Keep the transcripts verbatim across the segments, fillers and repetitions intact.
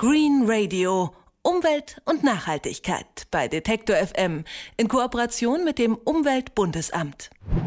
Green Radio. Umwelt und Nachhaltigkeit bei Detektor F M in Kooperation mit dem Umweltbundesamt.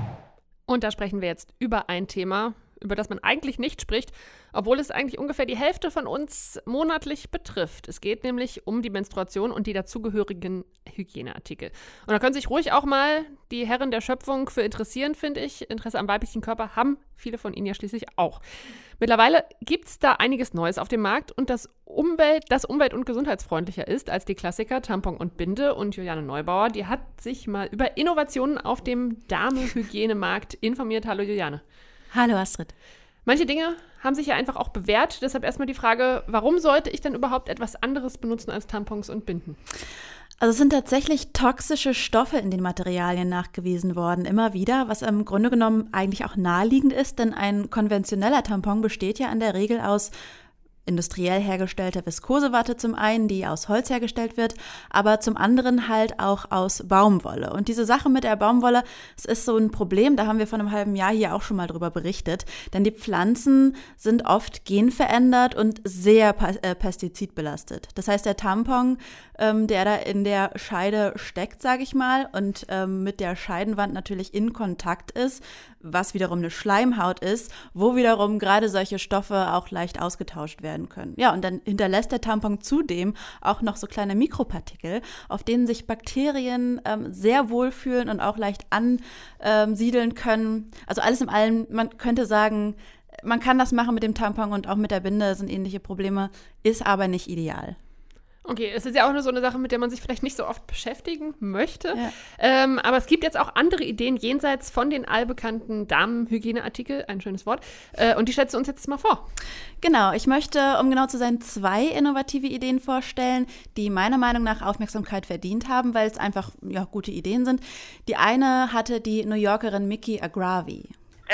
Und da sprechen wir jetzt über ein Thema, über das man eigentlich nicht spricht, obwohl es eigentlich ungefähr die Hälfte von uns monatlich betrifft. Es geht nämlich um die Menstruation und die dazugehörigen Hygieneartikel. Und da können sich ruhig auch mal die Herren der Schöpfung für interessieren, finde ich. Interesse am weiblichen Körper haben viele von ihnen ja schließlich auch. Mittlerweile gibt es da einiges Neues auf dem Markt und das Umwelt, das umwelt- und gesundheitsfreundlicher ist als die Klassiker Tampon und Binde. Und Juliane Neubauer, die hat sich mal über Innovationen auf dem Damenhygienemarkt informiert. Hallo Juliane. Hallo Astrid. Manche Dinge haben sich ja einfach auch bewährt. Deshalb erstmal die Frage, warum sollte ich denn überhaupt etwas anderes benutzen als Tampons und Binden? Also es sind tatsächlich toxische Stoffe in den Materialien nachgewiesen worden, immer wieder, was im Grunde genommen eigentlich auch naheliegend ist, denn ein konventioneller Tampon besteht ja in der Regel aus industriell hergestellter Viskosewatte zum einen, die aus Holz hergestellt wird, aber zum anderen halt auch aus Baumwolle. Und diese Sache mit der Baumwolle, es ist so ein Problem, da haben wir vor einem halben Jahr hier auch schon mal drüber berichtet, denn die Pflanzen sind oft genverändert und sehr pestizidbelastet. Das heißt, der Tampon, ähm, der da in der Scheide steckt, sage ich mal, und ähm, mit der Scheidenwand natürlich in Kontakt ist, was wiederum eine Schleimhaut ist, wo wiederum gerade solche Stoffe auch leicht ausgetauscht werden können. Ja, und dann hinterlässt der Tampon zudem auch noch so kleine Mikropartikel, auf denen sich Bakterien ähm, sehr wohlfühlen und auch leicht ansiedeln können. Also alles in allem, man könnte sagen, man kann das machen mit dem Tampon und auch mit der Binde sind ähnliche Probleme, ist aber nicht ideal. Okay, es ist ja auch nur so eine Sache, mit der man sich vielleicht nicht so oft beschäftigen möchte. Ja. Ähm, aber es gibt jetzt auch andere Ideen jenseits von den allbekannten Damenhygieneartikel, ein schönes Wort. Äh, und die stellst du uns jetzt mal vor. Genau, ich möchte, um genau zu sein, zwei innovative Ideen vorstellen, die meiner Meinung nach Aufmerksamkeit verdient haben, weil es einfach ja, gute Ideen sind. Die eine hatte die New Yorkerin Miki Agravi.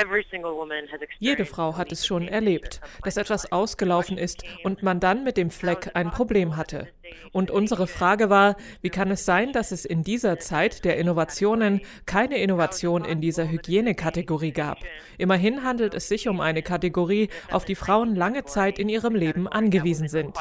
Jede Frau hat es schon erlebt, dass etwas ausgelaufen ist und man dann mit dem Fleck ein Problem hatte. Und unsere Frage war, wie kann es sein, dass es in dieser Zeit der Innovationen keine Innovation in dieser Hygienekategorie gab? Immerhin handelt es sich um eine Kategorie, auf die Frauen lange Zeit in ihrem Leben angewiesen sind.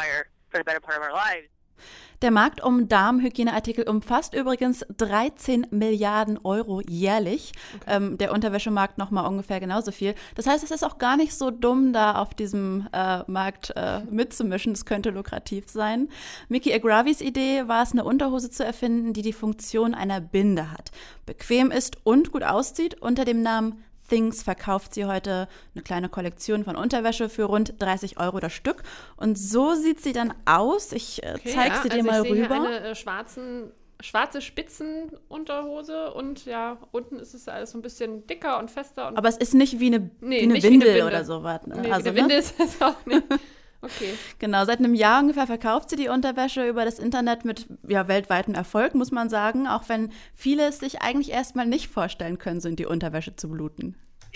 Der Markt um Damenhygieneartikel umfasst übrigens dreizehn Milliarden Euro jährlich. Okay. Ähm, der Unterwäschemarkt nochmal ungefähr genauso viel. Das heißt, es ist auch gar nicht so dumm, da auf diesem äh, Markt äh, mitzumischen. Es könnte lukrativ sein. Miki Agravis Idee war es, eine Unterhose zu erfinden, die die Funktion einer Binde hat, bequem ist und gut aussieht. Unter dem Namen Things verkauft sie heute eine kleine Kollektion von Unterwäsche für rund dreißig Euro das Stück. Und so sieht sie dann aus. Ich äh, okay, zeige ja, sie dir also mal ich sehe rüber. Hier eine äh, schwarzen, schwarze Spitzenunterhose und ja, unten ist es alles so ein bisschen dicker und fester. Und aber es ist nicht wie eine, nee, wie eine nicht Windel wie eine Binde. oder sowas. Ne? Nee, also, wie eine Windel ne? ist es auch nicht. Okay. Genau, seit einem Jahr ungefähr verkauft sie die Unterwäsche über das Internet mit ja, weltweitem Erfolg, muss man sagen. Auch wenn viele es sich eigentlich erstmal nicht vorstellen können, so in die Unterwäsche zu bluten.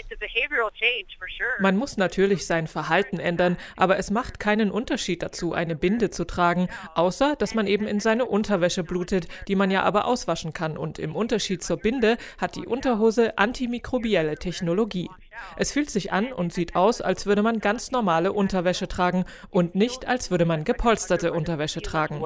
Man muss natürlich sein Verhalten ändern, aber es macht keinen Unterschied dazu, eine Binde zu tragen, außer dass man eben in seine Unterwäsche blutet, die man ja aber auswaschen kann. Und im Unterschied zur Binde hat die Unterhose antimikrobielle Technologie. Es fühlt sich an und sieht aus, als würde man ganz normale Unterwäsche tragen und nicht, als würde man gepolsterte Unterwäsche tragen.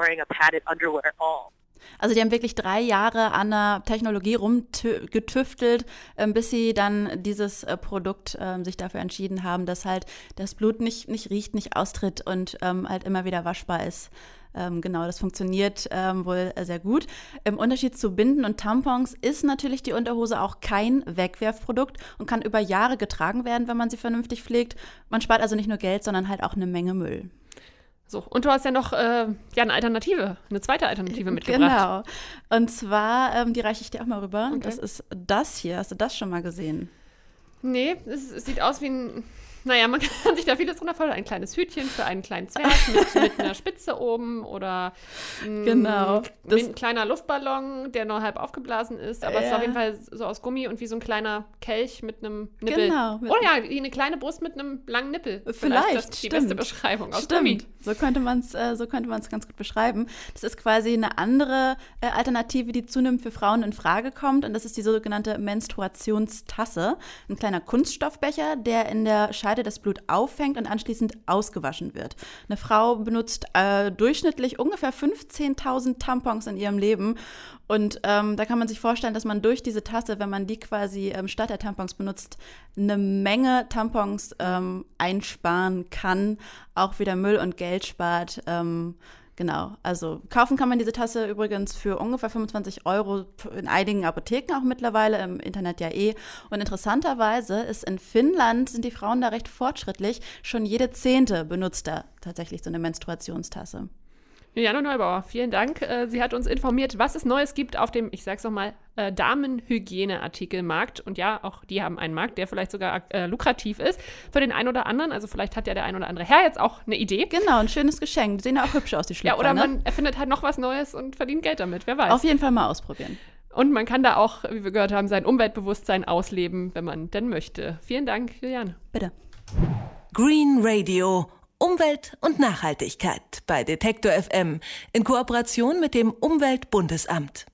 Also die haben wirklich drei Jahre an der Technologie rumgetüftelt, bis sie dann dieses Produkt äh, sich dafür entschieden haben, dass halt das Blut nicht, nicht riecht, nicht austritt und ähm, halt immer wieder waschbar ist. Ähm, genau, das funktioniert ähm, wohl sehr gut. Im Unterschied zu Binden und Tampons ist natürlich die Unterhose auch kein Wegwerfprodukt und kann über Jahre getragen werden, wenn man sie vernünftig pflegt. Man spart also nicht nur Geld, sondern halt auch eine Menge Müll. So, und du hast ja noch äh, ja, eine Alternative, eine zweite Alternative mitgebracht. Genau. Und zwar, ähm, die reiche ich dir auch mal rüber. Okay. Das ist das hier. Hast du das schon mal gesehen? Nee, es, es sieht aus wie ein, naja, man kann sich da vieles drunter vorstellen. Ein kleines Hütchen für einen kleinen Zwerg mit, mit einer Spitze oben oder ein, genau. ein kleiner Luftballon, der nur halb aufgeblasen ist. Aber ja. Es ist auf jeden Fall so aus Gummi und wie so ein kleiner Kelch mit einem Nippel. Genau. Oder ja, wie eine kleine Brust mit einem langen Nippel. Vielleicht, das ist die stimmt. beste Beschreibung aus stimmt. Gummi. So könnte man es äh, so könnte man es ganz gut beschreiben. Das ist quasi eine andere äh, Alternative, die zunehmend für Frauen in Frage kommt. Und das ist die sogenannte Menstruationstasse. Ein kleiner Kunststoffbecher, der in der Scheide das Blut auffängt und anschließend ausgewaschen wird. Eine Frau benutzt äh, durchschnittlich ungefähr fünfzehntausend Tampons in ihrem Leben. Und ähm, da kann man sich vorstellen, dass man durch diese Tasse, wenn man die quasi ähm, statt der Tampons benutzt, eine Menge Tampons ähm, einsparen kann, auch wieder Müll und Geld spart. Ähm, genau, also kaufen kann man diese Tasse übrigens für ungefähr fünfundzwanzig Euro in einigen Apotheken auch mittlerweile, im Internet ja eh. Und interessanterweise ist in Finnland, sind die Frauen da recht fortschrittlich, schon jede Zehnte benutzt da tatsächlich so eine Menstruationstasse. Juliane Neubauer, vielen Dank. Sie hat uns informiert, was es Neues gibt auf dem, ich sag's nochmal, äh, Damenhygieneartikelmarkt. Und ja, auch die haben einen Markt, der vielleicht sogar äh, lukrativ ist für den einen oder anderen. Also vielleicht hat ja der ein oder andere Herr jetzt auch eine Idee. Genau, ein schönes Geschenk. Die sehen ja auch hübsch aus, die Schlüpfer. Ja, oder man ne? erfindet halt noch was Neues und verdient Geld damit, wer weiß. Auf jeden Fall mal ausprobieren. Und man kann da auch, wie wir gehört haben, sein Umweltbewusstsein ausleben, wenn man denn möchte. Vielen Dank, Juliane. Bitte. Green Radio. Umwelt und Nachhaltigkeit bei Detektor F M in Kooperation mit dem Umweltbundesamt.